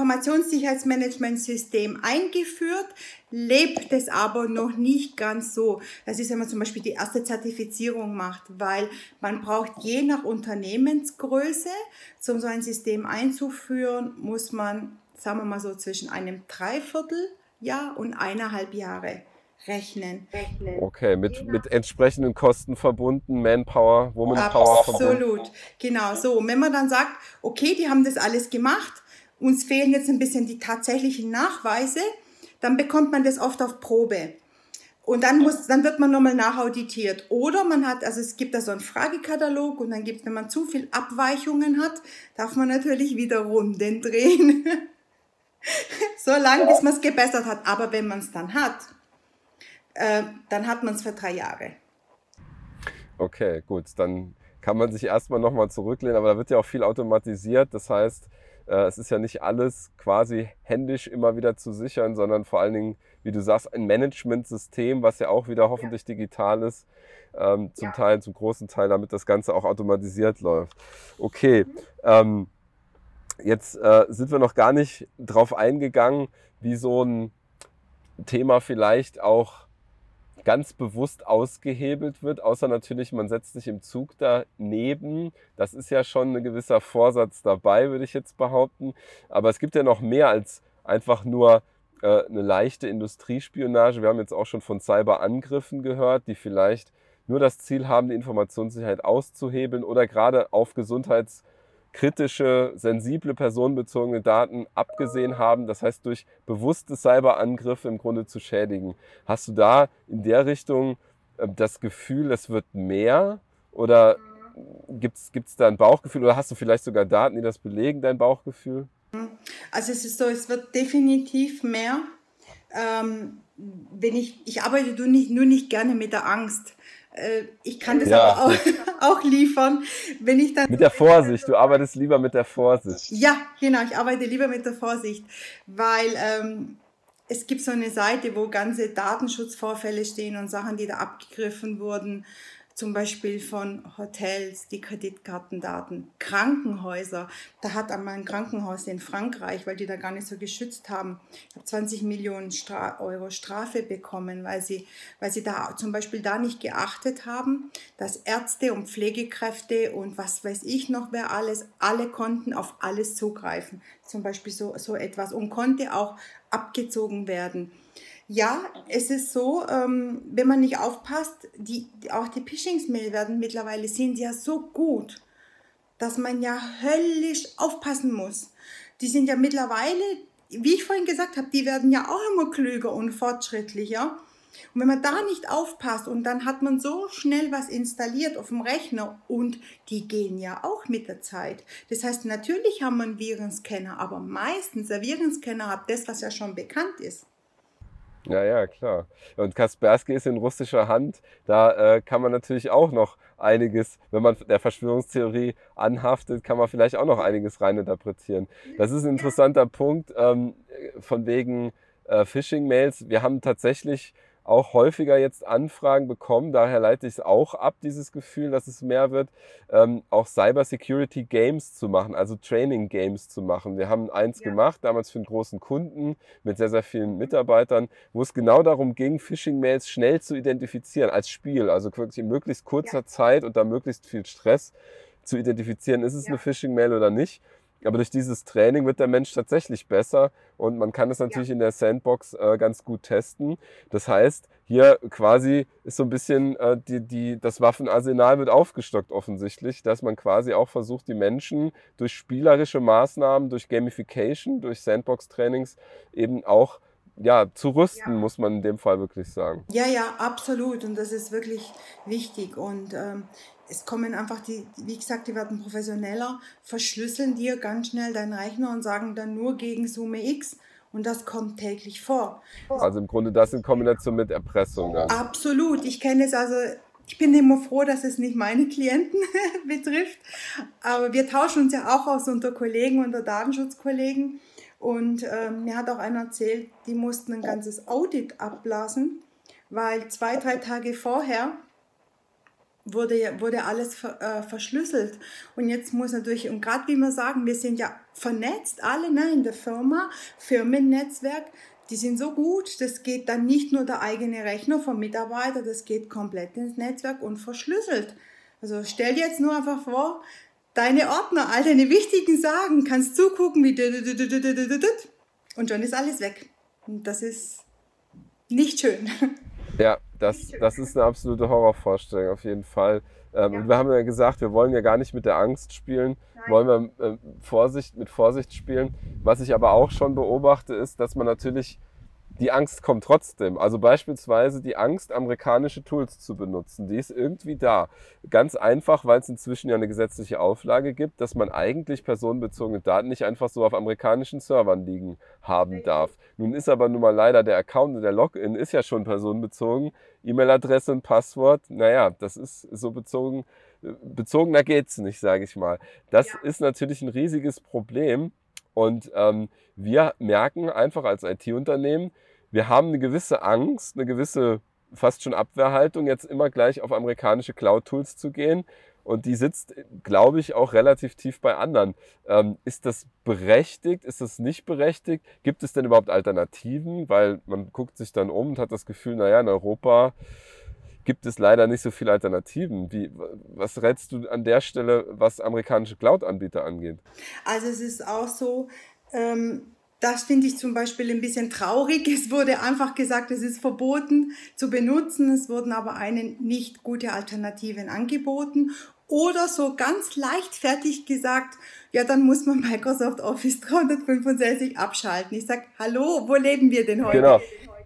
Informationssicherheitsmanagementsystem eingeführt, lebt es aber noch nicht ganz so. Das ist, wenn man zum Beispiel die erste Zertifizierung macht, weil man braucht je nach Unternehmensgröße, um so ein System einzuführen, muss man, sagen wir mal so, zwischen einem Dreivierteljahr und eineinhalb Jahre Rechnen. Okay, mit, mit entsprechenden Kosten verbunden, Manpower, Womanpower verbunden. Absolut, genau so. Und wenn man dann sagt, okay, die haben das alles gemacht, uns fehlen jetzt ein bisschen die tatsächlichen Nachweise, dann bekommt man das oft auf Probe. Und dann muss, dann wird man nochmal nachauditiert. Oder man hat, also es gibt da so einen Fragekatalog und dann gibt es, wenn man zu viel Abweichungen hat, darf man natürlich wieder Runden drehen. So lange, bis man es gebessert hat. Aber wenn man es dann hat, Äh, dann hat man es für drei Jahre. Okay, gut, dann kann man sich erstmal nochmal zurücklehnen, aber da wird ja auch viel automatisiert, das heißt, äh, es ist ja nicht alles quasi händisch immer wieder zu sichern, sondern vor allen Dingen, wie du sagst, ein Managementsystem, was ja auch wieder hoffentlich ja. digital ist, ähm, zum ja. Teil, zum großen Teil, damit das Ganze auch automatisiert läuft. Okay, mhm. ähm, jetzt äh, sind wir noch gar nicht drauf eingegangen, wie so ein Thema vielleicht auch ganz bewusst ausgehebelt wird, außer natürlich, man setzt sich im Zug daneben. Das ist ja schon ein gewisser Vorsatz dabei, würde ich jetzt behaupten. Aber es gibt ja noch mehr als einfach nur äh, eine leichte Industriespionage. Wir haben jetzt auch schon von Cyberangriffen gehört, die vielleicht nur das Ziel haben, die Informationssicherheit auszuhebeln oder gerade auf Gesundheits- kritische, sensible, personenbezogene Daten abgesehen haben, das heißt durch bewusste Cyberangriffe im Grunde zu schädigen. Hast du da in der Richtung äh, das Gefühl, es wird mehr oder gibt es da ein Bauchgefühl oder hast du vielleicht sogar Daten, die das belegen, dein Bauchgefühl? Also es ist so, es wird definitiv mehr. Ähm, wenn ich, ich arbeite nur nicht, nur nicht gerne mit der Angst. Äh, ich kann das Ja, aber auch, auch liefern, wenn ich dann... mit der Vorsicht. Du arbeitest lieber mit der Vorsicht. Ja, genau, ich arbeite lieber mit der Vorsicht, weil ähm, es gibt so eine Seite, wo ganze Datenschutzvorfälle stehen und Sachen, die da abgegriffen wurden, zum Beispiel von Hotels, die Kreditkartendaten, Krankenhäuser. Da hat einmal ein Krankenhaus in Frankreich, weil die da gar nicht so geschützt haben, ich habe zwanzig Millionen Stra- Euro Strafe bekommen, weil sie, weil sie da zum Beispiel da nicht geachtet haben, dass Ärzte und Pflegekräfte und was weiß ich noch wer alles, alle konnten auf alles zugreifen. Zum Beispiel so, so etwas und konnte auch abgezogen werden. Ja, es ist so, ähm, wenn man nicht aufpasst, die, die, auch die Phishing-Mail werden mittlerweile sind ja so gut, dass man ja höllisch aufpassen muss. Die sind ja mittlerweile, wie ich vorhin gesagt habe, die werden ja auch immer klüger und fortschrittlicher. Und wenn man da nicht aufpasst und dann hat man so schnell was installiert auf dem Rechner und die gehen ja auch mit der Zeit. Das heißt, natürlich haben wir einen Virenscanner, aber meistens der Virenscanner hat das, was ja schon bekannt ist. Ja, ja, klar. Und Kaspersky ist in russischer Hand. Da äh, kann man natürlich auch noch einiges, wenn man der Verschwörungstheorie anhaftet, kann man vielleicht auch noch einiges reininterpretieren. Das ist ein interessanter Punkt, ähm, von wegen äh, Phishing-Mails. Wir haben tatsächlich auch häufiger jetzt Anfragen bekommen, daher leite ich es auch ab, dieses Gefühl, dass es mehr wird, ähm, auch Cybersecurity Games zu machen, also Training Games zu machen. Wir haben eins ja. gemacht, damals für einen großen Kunden mit sehr, sehr vielen Mitarbeitern, wo es genau darum ging, Phishing-Mails schnell zu identifizieren als Spiel, also wirklich in möglichst kurzer ja. Zeit und da möglichst viel Stress zu identifizieren, ist es ja. eine Phishing-Mail oder nicht. Aber durch dieses Training wird der Mensch tatsächlich besser und man kann es natürlich ja. in der Sandbox äh, ganz gut testen. Das heißt, hier quasi ist so ein bisschen äh, die, die, das Waffenarsenal wird aufgestockt offensichtlich, dass man quasi auch versucht, die Menschen durch spielerische Maßnahmen, durch Gamification, durch Sandbox-Trainings eben auch ja, zu rüsten, ja. muss man in dem Fall wirklich sagen. Ja, ja, absolut und das ist wirklich wichtig und ähm, es kommen einfach die, wie gesagt, die werden professioneller, verschlüsseln dir ganz schnell deinen Rechner und sagen dann nur gegen Summe X und das kommt täglich vor. Also im Grunde das in Kombination mit Erpressung. Dann. Absolut, ich kenne es also, ich bin immer froh, dass es nicht meine Klienten betrifft, aber wir tauschen uns ja auch aus unter Kollegen, unter Datenschutzkollegen und ähm, mir hat auch einer erzählt, die mussten ein ganzes Audit abblasen, weil zwei, drei Tage vorher wurde, wurde alles ver, äh, verschlüsselt. Und jetzt muss natürlich, und gerade wie wir sagen, wir sind ja vernetzt, alle ne, in der Firma, Firmennetzwerk, die sind so gut, das geht dann nicht nur der eigene Rechner vom Mitarbeiter, das geht komplett ins Netzwerk und verschlüsselt. Also stell dir jetzt nur einfach vor, deine Ordner, all deine wichtigen Sagen, kannst zugucken, wie und schon ist alles weg. Und das ist nicht schön. Ja, das, das ist eine absolute Horrorvorstellung, auf jeden Fall. Ähm, ja. Und wir haben ja gesagt, wir wollen ja gar nicht mit der Angst spielen, Nein. wollen wir äh, Vorsicht, mit Vorsicht spielen. Was ich aber auch schon beobachte, ist, dass man natürlich, die Angst kommt trotzdem. Also beispielsweise die Angst, amerikanische Tools zu benutzen, die ist irgendwie da. Ganz einfach, weil es inzwischen ja eine gesetzliche Auflage gibt, dass man eigentlich personenbezogene Daten nicht einfach so auf amerikanischen Servern liegen haben darf. Nun ist aber nun mal leider der Account und der Login ist ja schon personenbezogen. E-Mail-Adresse und Passwort, naja, das ist so bezogen, bezogener geht's nicht, sage ich mal. Das ja. ist natürlich ein riesiges Problem und ähm, wir merken einfach als I T-Unternehmen, wir haben eine gewisse Angst, eine gewisse fast schon Abwehrhaltung, jetzt immer gleich auf amerikanische Cloud-Tools zu gehen. Und die sitzt, glaube ich, auch relativ tief bei anderen. Ähm, ist das berechtigt? Ist das nicht berechtigt? Gibt es denn überhaupt Alternativen? Weil man guckt sich dann um und hat das Gefühl, naja, in Europa gibt es leider nicht so viele Alternativen. Wie, was rätst du an der Stelle, was amerikanische Cloud-Anbieter angeht? Also es ist auch so, ähm das finde ich zum Beispiel ein bisschen traurig. Es wurde einfach gesagt, es ist verboten zu benutzen. Es wurden aber einen nicht gute Alternativen angeboten. Oder so ganz leichtfertig gesagt, ja, dann muss man Microsoft Office dreihundertfünfundsechzig abschalten. Ich sage, hallo, wo leben wir denn heute? Genau.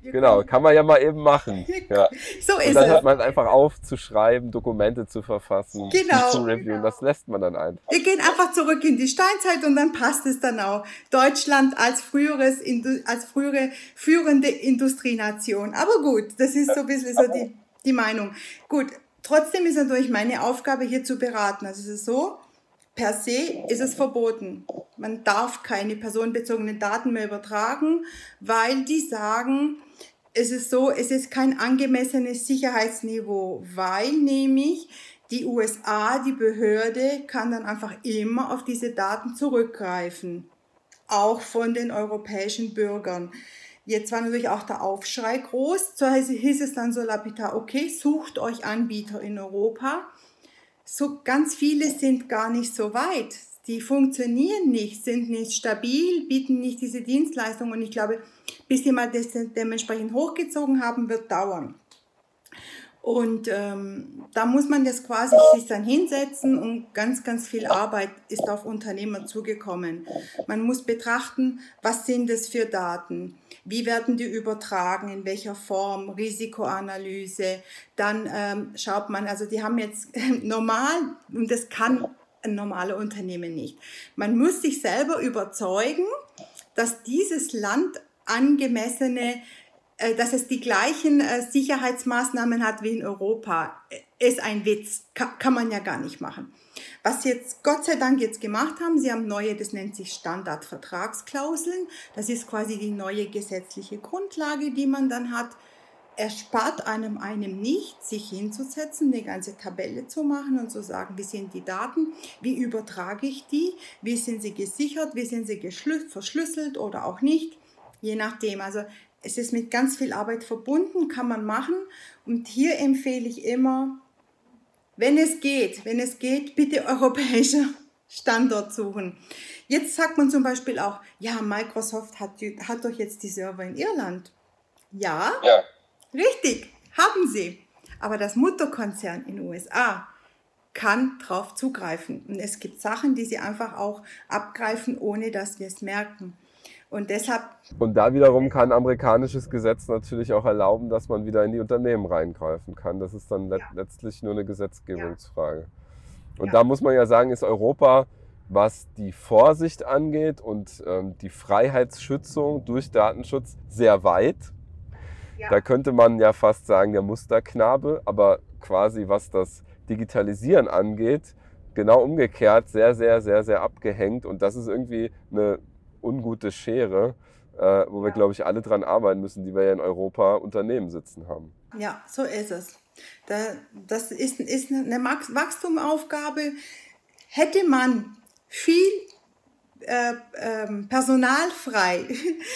Genau, kann man ja mal eben machen. Ja. So Und ist dann es. hört man einfach auf zu schreiben, Dokumente zu verfassen, die Genau. zu reviewen. Das lässt man dann einfach. Wir gehen einfach zurück in die Steinzeit und dann passt es dann auch. Deutschland als früheres, Indu- als frühere führende Industrienation. Aber gut, das ist so ein bisschen so die, die Meinung. Gut, trotzdem ist natürlich meine Aufgabe hier zu beraten. Also es ist so, per se ist es verboten. Man darf keine personenbezogenen Daten mehr übertragen, weil die sagen, es ist so, es ist kein angemessenes Sicherheitsniveau, weil nämlich die U S A, die Behörde, kann dann einfach immer auf diese Daten zurückgreifen, auch von den europäischen Bürgern. Jetzt war natürlich auch der Aufschrei groß, so hieß es dann so lapidar, okay, sucht euch Anbieter in Europa. So ganz viele sind gar nicht so weit. Die funktionieren nicht, sind nicht stabil, bieten nicht diese Dienstleistungen. Und ich glaube, bis die mal das dementsprechend hochgezogen haben, wird dauern. Und ähm, da muss man jetzt quasi sich dann hinsetzen und ganz, ganz viel Arbeit ist auf Unternehmer zugekommen. Man muss betrachten, was sind es für Daten? Wie werden die übertragen? In welcher Form? Risikoanalyse. Dann ähm, schaut man, also die haben jetzt normal, und das kann ein normaler Unternehmen nicht. Man muss sich selber überzeugen, dass dieses Land angemessene, äh, dass es die gleichen äh, Sicherheitsmaßnahmen hat wie in Europa. Ist ein Witz, kann, kann man ja gar nicht machen. Was sie jetzt Gott sei Dank jetzt gemacht haben, sie haben neue, das nennt sich Standardvertragsklauseln. Das ist quasi die neue gesetzliche Grundlage, die man dann hat. Erspart einem einem nicht, sich hinzusetzen, eine ganze Tabelle zu machen und zu sagen, wie sind die Daten, wie übertrage ich die, wie sind sie gesichert, wie sind sie geschlüsselt, verschlüsselt oder auch nicht, je nachdem. Also es ist mit ganz viel Arbeit verbunden, kann man machen. Und hier empfehle ich immer, wenn es geht, wenn es geht, bitte europäischer Standort suchen. Jetzt sagt man zum Beispiel auch, ja, Microsoft hat, hat doch jetzt die Server in Irland. Ja, Ja. richtig, haben sie. Aber das Mutterkonzern in den U S A kann drauf zugreifen. Und es gibt Sachen, die sie einfach auch abgreifen, ohne dass wir es merken. Und deshalb. Und da wiederum kann amerikanisches Gesetz natürlich auch erlauben, dass man wieder in die Unternehmen reingreifen kann. Das ist dann let- Ja. letztlich nur eine Gesetzgebungsfrage. Und Ja. da muss man ja sagen, ist Europa, was die Vorsicht angeht und ähm, die Freiheitsschützung durch Datenschutz, sehr weit. Ja. Da könnte man ja fast sagen, der Musterknabe, aber quasi was das Digitalisieren angeht, genau umgekehrt, sehr, sehr, sehr, sehr abgehängt. Und das ist irgendwie eine ungute Schere, äh, wo wir, Ja. glaube ich, alle dran arbeiten müssen, die wir ja in Europa Unternehmen sitzen haben. Ja, so ist es. Da, das ist, ist eine Max- Wachstumaufgabe. Hätte man viel äh, ähm, Personal frei,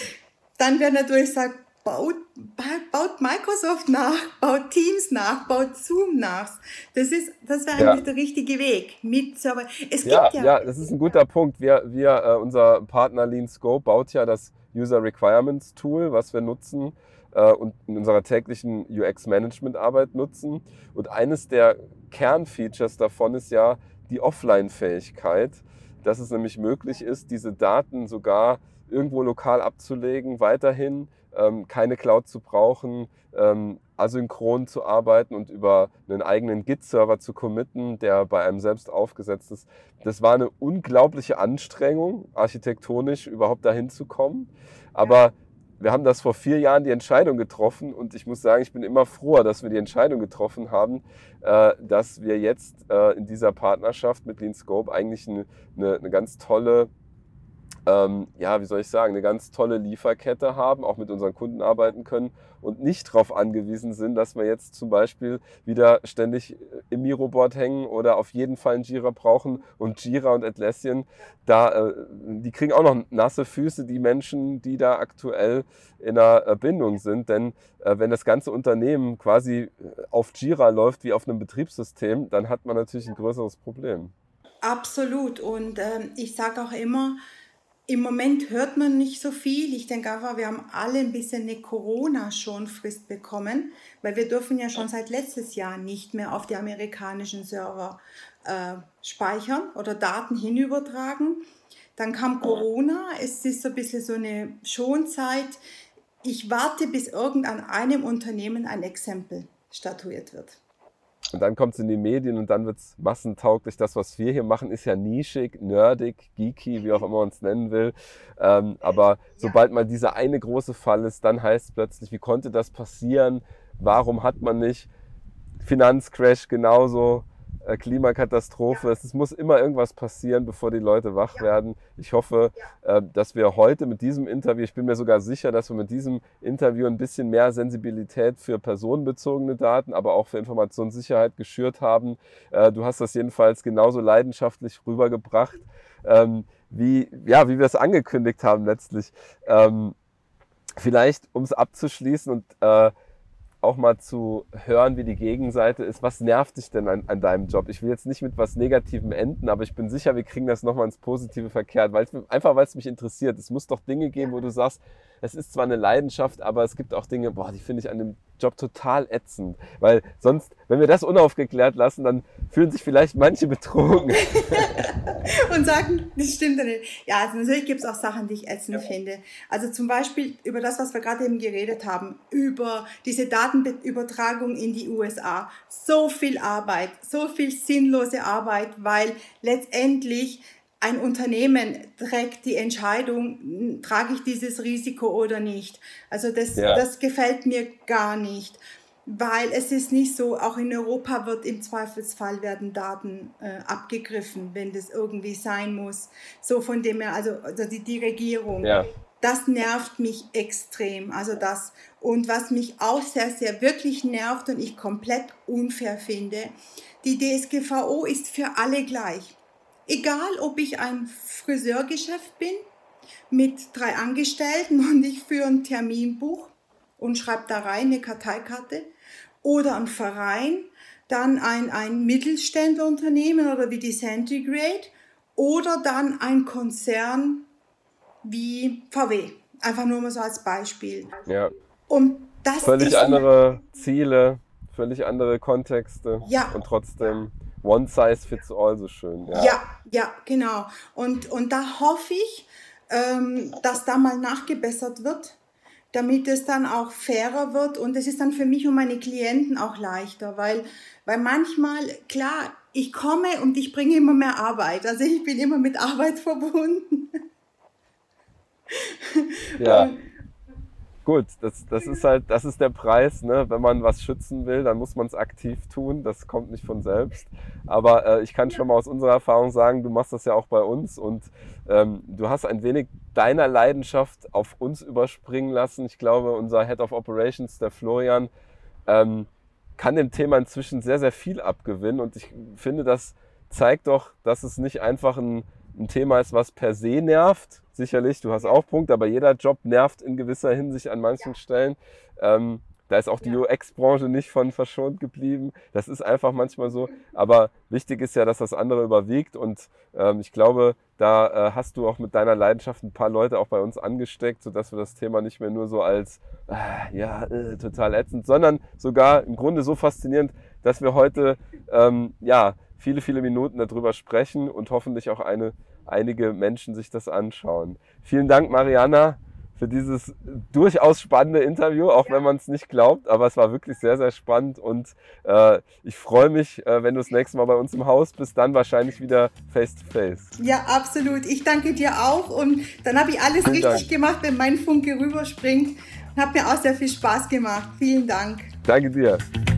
dann wäre natürlich gesagt, baut, baut Microsoft nach, baut Teams nach, baut Zoom nach. Das ist, das wäre Ja. eigentlich der richtige Weg. Mit Server. Es Ja, gibt ja, ja, das ist ein guter Punkt. Wir, wir äh, unser Partner Lean Scope baut ja das User Requirements Tool, was wir nutzen äh, und in unserer täglichen U X-Management-Arbeit nutzen. Und eines der Kernfeatures davon ist ja die Offline-Fähigkeit, dass es nämlich möglich ist, diese Daten sogar irgendwo lokal abzulegen, weiterhin ähm, keine Cloud zu brauchen, ähm, asynchron zu arbeiten und über einen eigenen Git-Server zu committen, der bei einem selbst aufgesetzt ist. Das war eine unglaubliche Anstrengung, architektonisch überhaupt dahin zu kommen. Aber wir haben das vor vier Jahren die Entscheidung getroffen und ich muss sagen, ich bin immer froher, dass wir die Entscheidung getroffen haben, äh, dass wir jetzt äh, in dieser Partnerschaft mit Lean Scope eigentlich eine, eine, eine ganz tolle Ähm, ja, wie soll ich sagen, eine ganz tolle Lieferkette haben, auch mit unseren Kunden arbeiten können und nicht darauf angewiesen sind, dass wir jetzt zum Beispiel wieder ständig im Miroboard hängen oder auf jeden Fall ein Jira brauchen. Und Jira und Atlassian, da, äh, die kriegen auch noch nasse Füße, die Menschen, die da aktuell in einer äh, Bindung sind. Denn äh, wenn das ganze Unternehmen quasi auf Jira läuft wie auf einem Betriebssystem, dann hat man natürlich ein größeres Problem. absolut. Und ähm, ich sage auch immer, im Moment hört man nicht so viel. Ich denke einfach, wir haben alle ein bisschen eine Corona-Schonfrist bekommen, weil wir dürfen ja schon seit letztes Jahr nicht mehr auf die amerikanischen Server äh, speichern oder Daten hinübertragen. Dann kam Corona, es ist so ein bisschen so eine Schonzeit. ich warte, bis irgendein einem Unternehmen ein Exempel statuiert wird. Und dann kommt es in die Medien und dann wird es massentauglich. Das, was wir hier machen, ist ja nischig, nerdig, geeky, wie auch immer man es nennen will. Ähm, aber sobald mal dieser eine große Fall ist, dann heißt es plötzlich, wie konnte das passieren? Warum hat man nicht Finanzcrash genauso? äh, Klimakatastrophe? Ja. Es, es muss immer irgendwas passieren, bevor die Leute wach ja. werden. Ich hoffe, ja. äh, dass wir heute mit diesem Interview, ich bin mir sogar sicher, dass wir mit diesem Interview ein bisschen mehr Sensibilität für personenbezogene Daten, aber auch für Informationssicherheit geschürt haben. Äh, du hast das jedenfalls genauso leidenschaftlich rübergebracht, ähm, wie, ja, wie wir es angekündigt haben letztlich. Ähm, vielleicht, um es abzuschließen und äh, auch mal zu hören, wie die Gegenseite ist. Was nervt dich denn an, an deinem Job? Ich will jetzt nicht mit was Negativem enden, aber ich bin sicher, wir kriegen das nochmal ins Positive verkehrt, weil einfach weil es mich interessiert. Es muss doch Dinge geben, wo du sagst, es ist zwar eine Leidenschaft, aber es gibt auch Dinge, boah, die finde ich an dem Job total ätzend. Weil sonst, wenn wir das unaufgeklärt lassen, dann fühlen sich vielleicht manche betrogen. Und sagen, das stimmt ja nicht. Ja, also natürlich gibt es auch Sachen, die ich ätzend ja. finde. Also zum Beispiel über das, was wir gerade eben geredet haben, über diese Datenübertragung in die U S A. So viel Arbeit, so viel sinnlose Arbeit, weil letztendlich ein Unternehmen trägt die Entscheidung, trage ich dieses Risiko oder nicht. Also das, ja. das gefällt mir gar nicht, weil es ist nicht so, auch in Europa wird im Zweifelsfall werden Daten äh, abgegriffen, wenn das irgendwie sein muss. So von dem her, also, also die, die Regierung. Ja. Das nervt mich extrem. Also das, und was mich auch sehr, sehr wirklich nervt und ich komplett unfair finde, die D S G V O ist für alle gleich. Egal, ob ich ein Friseurgeschäft bin mit drei Angestellten und ich führe ein Terminbuch und schreibe da rein eine Karteikarte, oder ein Verein, dann ein, ein Mittelständlerunternehmen oder wie die Centigrade oder dann ein Konzern wie V W. Einfach nur mal so als Beispiel. Ja. Und das völlig ist andere Ziele, völlig andere Kontexte ja. und trotzdem one size fits all so schön. Ja, ja, ja genau. Und, und da hoffe ich, ähm, dass da mal nachgebessert wird, damit es dann auch fairer wird und es ist dann für mich und meine Klienten auch leichter, weil, weil manchmal, klar, ich komme und ich bringe immer mehr Arbeit, also ich bin immer mit Arbeit verbunden. Ja. Und, gut, das, das ist halt, das ist der Preis, ne? Wenn man was schützen will, dann muss man es aktiv tun, das kommt nicht von selbst. Aber äh, ich kann schon mal aus unserer Erfahrung sagen, du machst das ja auch bei uns und ähm, du hast ein wenig deiner Leidenschaft auf uns überspringen lassen. Ich glaube, unser Head of Operations, der Florian, ähm, kann dem Thema inzwischen sehr, sehr viel abgewinnen und ich finde, das zeigt doch, dass es nicht einfach ein, ein Thema ist, was per se nervt. Sicherlich, du hast auch Punkte, aber jeder Job nervt in gewisser Hinsicht an manchen ja. Stellen. Ähm, da ist auch die ja. U X-Branche nicht von verschont geblieben. Das ist einfach manchmal so. Aber wichtig ist ja, dass das andere überwiegt. Und ähm, ich glaube, da äh, hast du auch mit deiner Leidenschaft ein paar Leute auch bei uns angesteckt, sodass wir das Thema nicht mehr nur so als äh, ja, äh, total ätzend, sondern sogar im Grunde so faszinierend, dass wir heute ähm, ja, viele, viele Minuten darüber sprechen und hoffentlich auch eine einige Menschen sich das anschauen. Vielen Dank, Mariana, für dieses durchaus spannende Interview, auch ja. wenn man es nicht glaubt, aber es war wirklich sehr, sehr spannend und äh, ich freue mich, äh, wenn du das nächste Mal bei uns im Haus bist, dann wahrscheinlich wieder face to face. Ja, absolut. Ich danke dir auch und dann habe ich alles Vielen richtig Dank. gemacht, wenn mein Funke rüberspringt und hat mir auch sehr viel Spaß gemacht. Vielen Dank. Danke dir.